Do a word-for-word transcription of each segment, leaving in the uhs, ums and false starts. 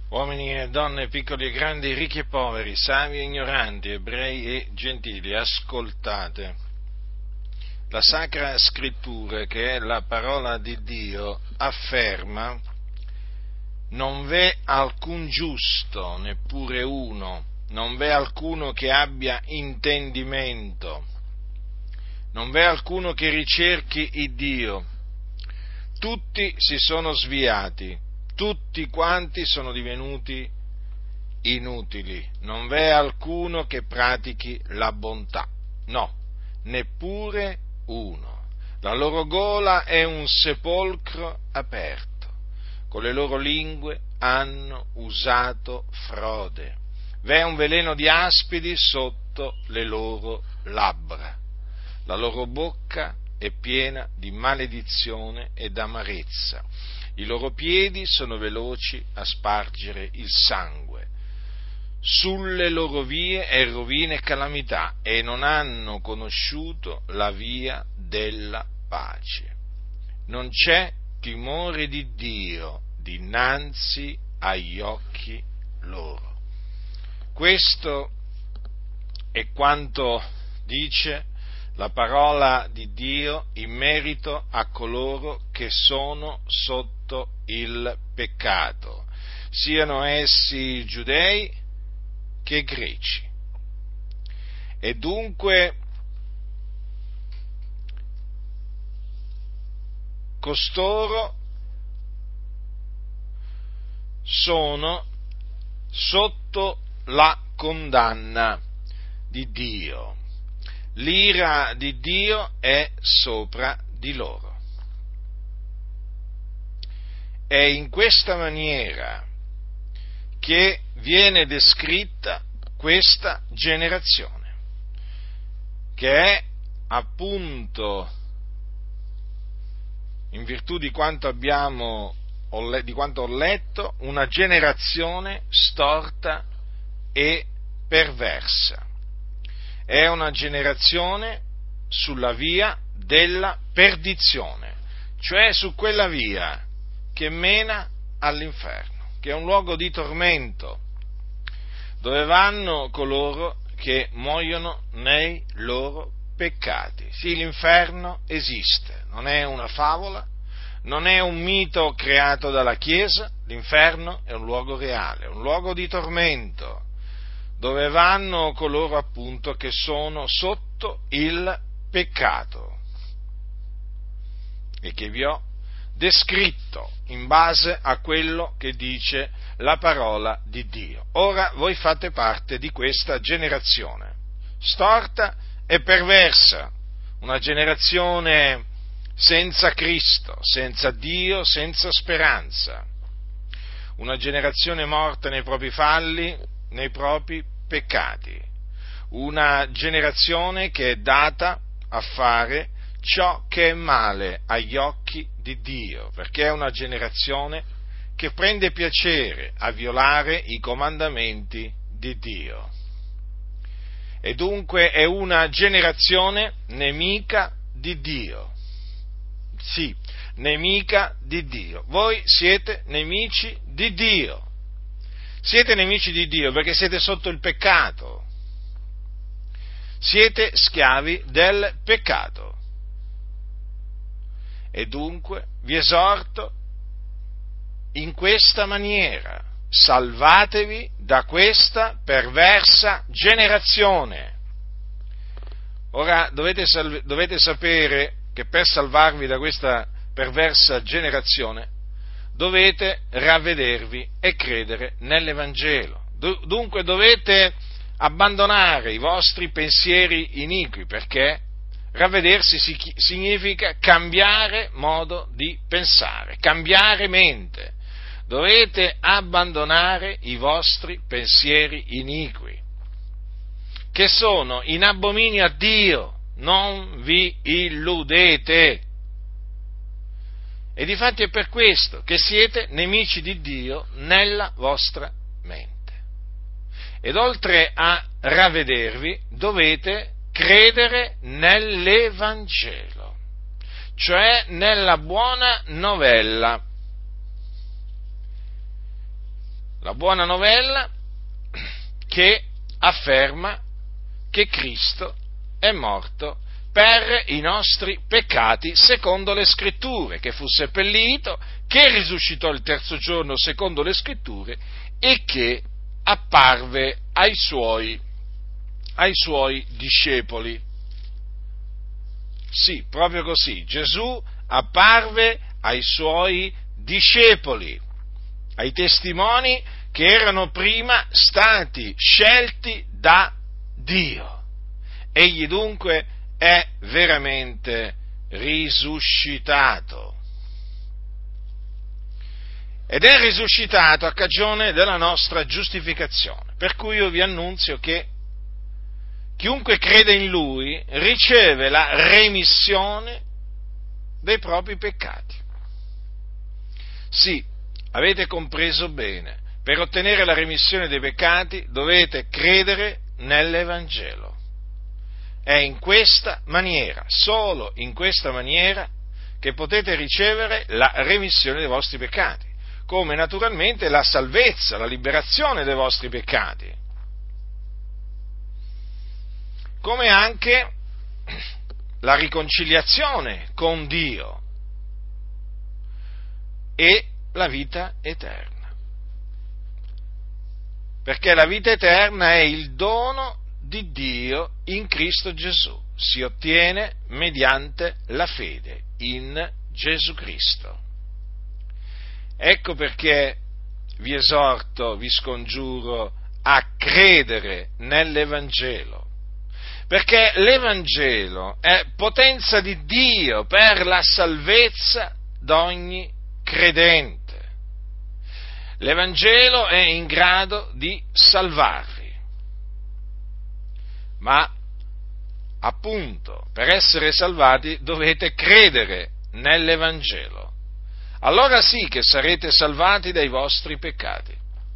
Uomini e donne, piccoli e grandi, ricchi e poveri, savi e ignoranti, ebrei e gentili, ascoltate. La Sacra Scrittura, che è la parola di Dio, afferma: non v'è alcun giusto, neppure uno, non v'è alcuno che abbia intendimento, non v'è alcuno che ricerchi il Dio. Tutti si sono sviati, tutti quanti sono divenuti inutili, non v'è alcuno che pratichi la bontà, no, neppure uno. La loro gola è un sepolcro aperto, con le loro lingue hanno usato frode, v'è un veleno di aspidi sotto le loro labbra, la loro bocca è piena di maledizione ed amarezza, i loro piedi sono veloci a spargere il sangue, sulle loro vie è rovina e calamità, e non hanno conosciuto la via della pace. Non c'è timore di Dio dinanzi agli occhi loro. Questo è quanto dice la parola di Dio in merito a coloro che sono sotto il peccato, siano essi giudei che greci. E dunque costoro sono sotto la condanna di Dio. L'ira di Dio è sopra di loro. È in questa maniera che viene descritta questa generazione, che è appunto, in virtù di quanto abbiamo, di quanto ho letto, una generazione storta e perversa. È una generazione sulla via della perdizione, cioè su quella via che mena all'inferno, che è un luogo di tormento, dove vanno coloro che muoiono nei loro peccati. Sì, l'inferno esiste, non è una favola, non è un mito creato dalla Chiesa, l'inferno è un luogo reale, un luogo di tormento, dove vanno coloro appunto che sono sotto il peccato e che vi ho descritto in base a quello che dice la parola di Dio. Ora voi fate parte di questa generazione storta e perversa, una generazione senza Cristo, senza Dio, senza speranza, una generazione morta nei propri falli, nei propri peccati, una generazione che è data a fare ciò che è male agli occhi di Dio, perché è una generazione che prende piacere a violare i comandamenti di Dio. E dunque è una generazione nemica di Dio. Sì, nemica di Dio. Voi siete nemici di Dio. Siete nemici di Dio perché siete sotto il peccato. Siete schiavi del peccato. E dunque vi esorto in questa maniera: salvatevi da questa perversa generazione. Ora dovete, salve, dovete sapere che per salvarvi da questa perversa generazione dovete ravvedervi e credere nell'Evangelo. Dunque dovete abbandonare i vostri pensieri iniqui, perché ravvedersi significa cambiare modo di pensare, cambiare mente. Dovete abbandonare i vostri pensieri iniqui, che sono in abominio a Dio. Non vi illudete. E difatti è per questo che siete nemici di Dio nella vostra mente. Ed oltre a ravvedervi, dovete credere nell'Evangelo, cioè nella buona novella. la buona novella che afferma che Cristo è morto per i nostri peccati secondo le Scritture, che fu seppellito, che risuscitò il terzo giorno secondo le Scritture e che apparve ai suoi, ai suoi discepoli. Sì, proprio così, Gesù apparve ai suoi discepoli, ai testimoni che erano prima stati scelti da Dio. Egli dunque è veramente risuscitato. Ed è risuscitato a cagione della nostra giustificazione, per cui io vi annunzio che chiunque crede in Lui riceve la remissione dei propri peccati. Sì, avete compreso bene, per ottenere la remissione dei peccati dovete credere nell'Evangelo. È in questa maniera, solo in questa maniera, che potete ricevere la remissione dei vostri peccati, come naturalmente la salvezza, la liberazione dei vostri peccati, come anche la riconciliazione con Dio e la vita eterna. Perché la vita eterna è il dono di Dio in Cristo Gesù, si ottiene mediante la fede in Gesù Cristo. Ecco perché vi esorto, vi scongiuro a credere nell'Evangelo, perché l'Evangelo è potenza di Dio per la salvezza d'ogni credente. L'Evangelo è in grado di salvarvi, ma appunto per essere salvati dovete credere nell'Evangelo. Allora sì che sarete salvati dai vostri peccati.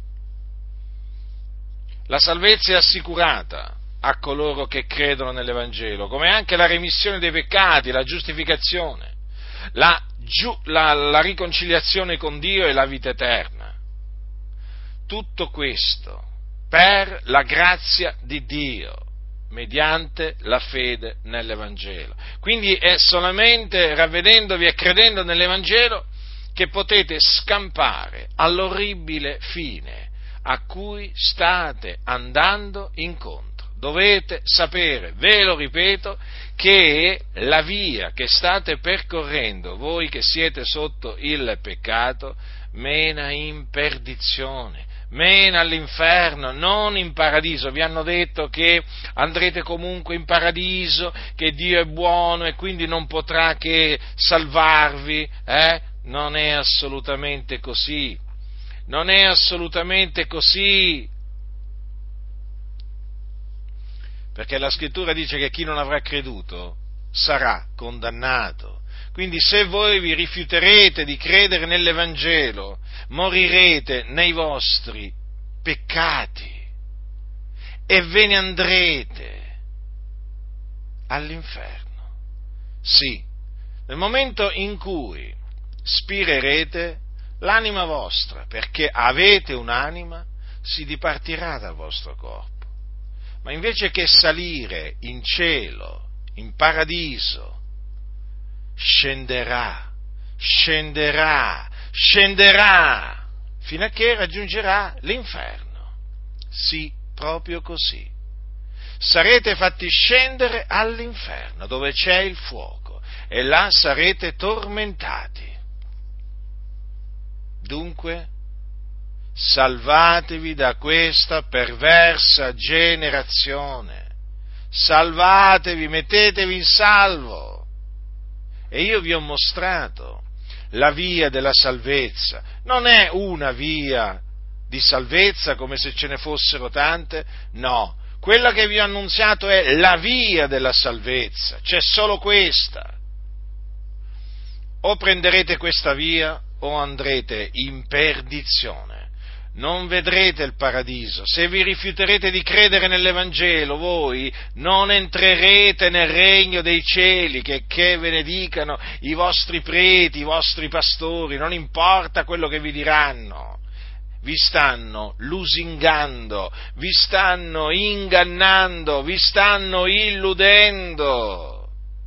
La salvezza è assicurata a coloro che credono nell'Evangelo, come anche la remissione dei peccati, la giustificazione, la, giu, la, la riconciliazione con Dio e la vita eterna. Tutto questo per la grazia di Dio, mediante la fede nell'Evangelo. Quindi è solamente ravvedendovi e credendo nell'Evangelo che potete scampare all'orribile fine a cui state andando incontro. Dovete sapere, ve lo ripeto, che la via che state percorrendo, voi che siete sotto il peccato, mena in perdizione, mena all'inferno, non in paradiso. Vi hanno detto che andrete comunque in paradiso, che Dio è buono e quindi non potrà che salvarvi, eh? Non è assolutamente così, non è assolutamente così, perché la Scrittura dice che chi non avrà creduto sarà condannato. Quindi se voi vi rifiuterete di credere nell'Evangelo, morirete nei vostri peccati e ve ne andrete all'inferno. Sì, nel momento in cui spirerete, l'anima vostra, perché avete un'anima, si dipartirà dal vostro corpo. Ma invece che salire in cielo, in paradiso, scenderà, scenderà, scenderà, fino a che raggiungerà l'inferno. Sì, proprio così. Sarete fatti scendere all'inferno, dove c'è il fuoco, e là sarete tormentati. Dunque, salvatevi da questa perversa generazione, salvatevi, mettetevi in salvo. E io vi ho mostrato la via della salvezza. Non è una via di salvezza come se ce ne fossero tante, no, quella che vi ho annunziato è la via della salvezza, c'è solo questa. O prenderete questa via o andrete in perdizione. Non vedrete il paradiso. Se vi rifiuterete di credere nell'Evangelo, voi non entrerete nel regno dei cieli, che, che ve ne dicano i vostri preti, i vostri pastori, non importa quello che vi diranno. vi stanno lusingando, vi stanno ingannando, vi stanno illudendo.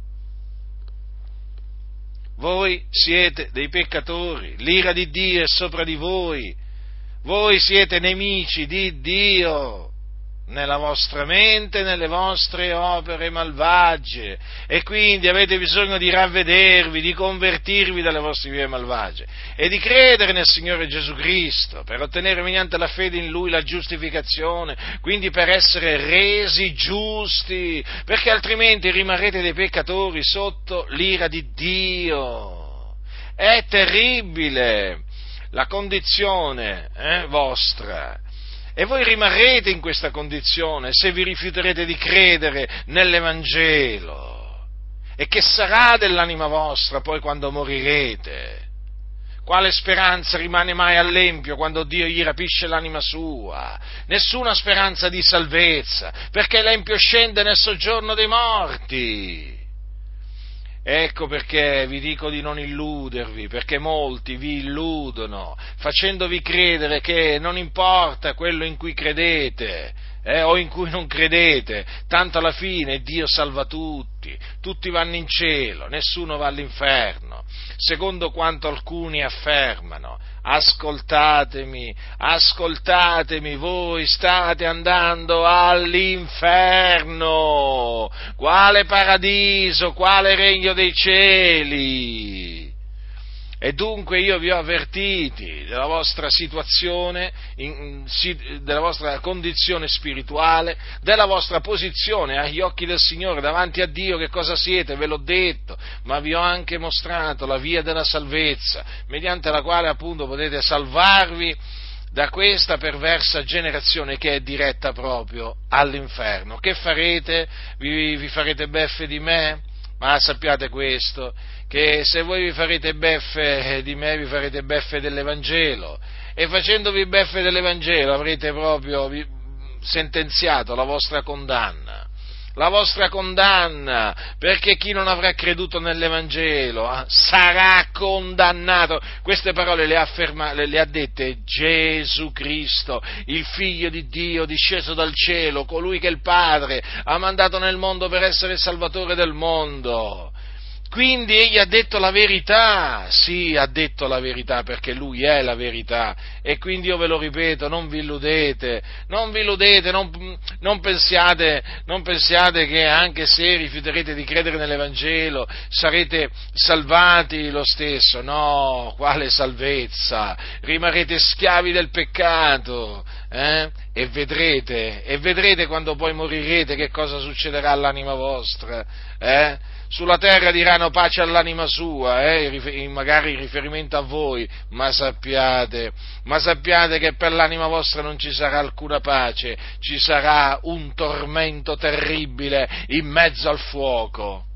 Voi siete dei peccatori, l'ira di Dio è sopra di voi, voi siete nemici di Dio nella vostra mente, nelle vostre opere malvagie, e quindi avete bisogno di ravvedervi, di convertirvi dalle vostre vie malvagie e di credere nel Signore Gesù Cristo per ottenere mediante la fede in Lui la giustificazione, quindi per essere resi giusti, perché altrimenti rimarrete dei peccatori sotto l'ira di Dio. È terribile la condizione eh, vostra. E voi rimarrete in questa condizione se vi rifiuterete di credere nell'Evangelo. E che sarà dell'anima vostra poi quando morirete? Quale speranza rimane mai all'empio quando Dio gli rapisce l'anima sua? Nessuna speranza di salvezza, perché l'empio scende nel soggiorno dei morti. Ecco perché vi dico di non illudervi, perché molti vi illudono, facendovi credere che non importa quello in cui credete, eh, o in cui non credete, tanto alla fine Dio salva tutti, tutti vanno in cielo, nessuno va all'inferno, secondo quanto alcuni affermano. Ascoltatemi, ascoltatemi, voi state andando all'inferno. Quale paradiso, quale regno dei cieli? E dunque io vi ho avvertiti della vostra situazione, in, della vostra condizione spirituale, della vostra posizione agli occhi del Signore, davanti a Dio, che cosa siete, ve l'ho detto, ma vi ho anche mostrato la via della salvezza, mediante la quale appunto potete salvarvi da questa perversa generazione che è diretta proprio all'inferno. Che farete? Vi, vi farete beffe di me? Ma sappiate questo, che se voi vi farete beffe di me, vi farete beffe dell'Evangelo, e facendovi beffe dell'Evangelo avrete proprio sentenziato la vostra condanna. La vostra condanna, perché chi non avrà creduto nell'Evangelo eh, sarà condannato. Queste parole le ha, afferma, le, le ha dette Gesù Cristo, il Figlio di Dio disceso dal cielo, colui che il Padre ha mandato nel mondo per essere il Salvatore del mondo. Quindi egli ha detto la verità, sì, ha detto la verità, perché lui è la verità, e quindi io ve lo ripeto, non vi illudete, non vi illudete, non, non pensiate, non pensiate che anche se rifiuterete di credere nell'Evangelo sarete salvati lo stesso, no, quale salvezza, rimarrete schiavi del peccato, eh? E vedrete, e vedrete quando poi morirete che cosa succederà all'anima vostra, eh? Sulla terra diranno pace all'anima sua, eh, magari in riferimento a voi, ma sappiate, ma sappiate che per l'anima vostra non ci sarà alcuna pace, ci sarà un tormento terribile in mezzo al fuoco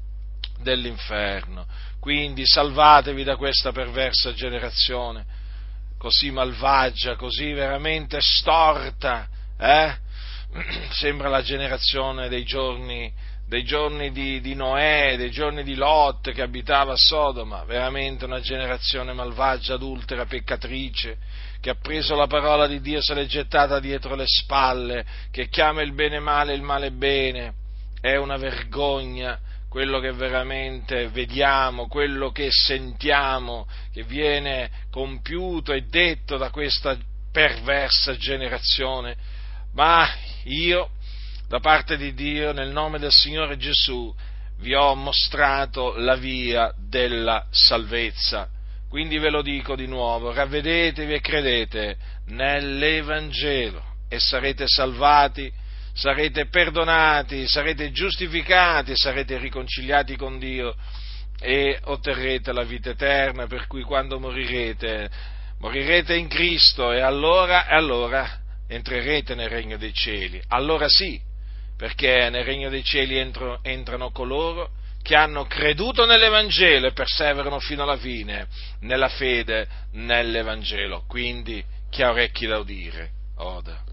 dell'inferno. Quindi salvatevi da questa perversa generazione, così malvagia, così veramente storta, eh? Sembra la generazione dei giorni dei giorni di, di Noè, dei giorni di Lot che abitava a Sodoma, veramente una generazione malvagia, adultera, peccatrice, che ha preso la parola di Dio e se l'è gettata dietro le spalle, che chiama il bene male e il male bene. È una vergogna quello che veramente vediamo, quello che sentiamo, che viene compiuto e detto da questa perversa generazione, ma io, da parte di Dio, nel nome del Signore Gesù, vi ho mostrato la via della salvezza. Quindi ve lo dico di nuovo, ravvedetevi e credete nell'Evangelo e sarete salvati, sarete perdonati, sarete giustificati, sarete riconciliati con Dio e otterrete la vita eterna, per cui quando morirete, morirete in Cristo e allora, e allora entrerete nel regno dei cieli. Allora sì, perché nel regno dei cieli entro, entrano coloro che hanno creduto nell'Evangelo e perseverano fino alla fine nella fede nell'Evangelo. Quindi chi ha orecchi da udire oda.